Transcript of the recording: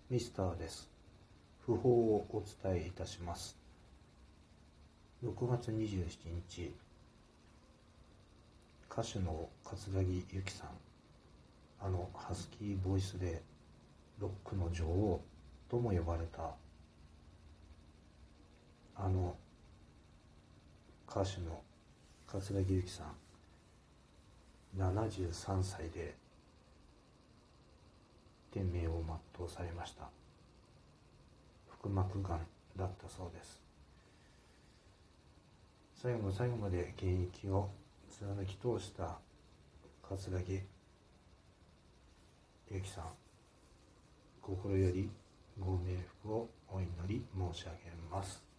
ミスターです。訃報をお伝えいたします。6月27日、歌手の葛城ユキさん、ハスキーボイスでロックの女王とも呼ばれた歌手の葛城ユキさん、73歳で天命を全うされました。腹膜がんだったそうです。最後の最後まで現役を貫き通した葛城ユキさん、心よりご冥福をお祈り申し上げます。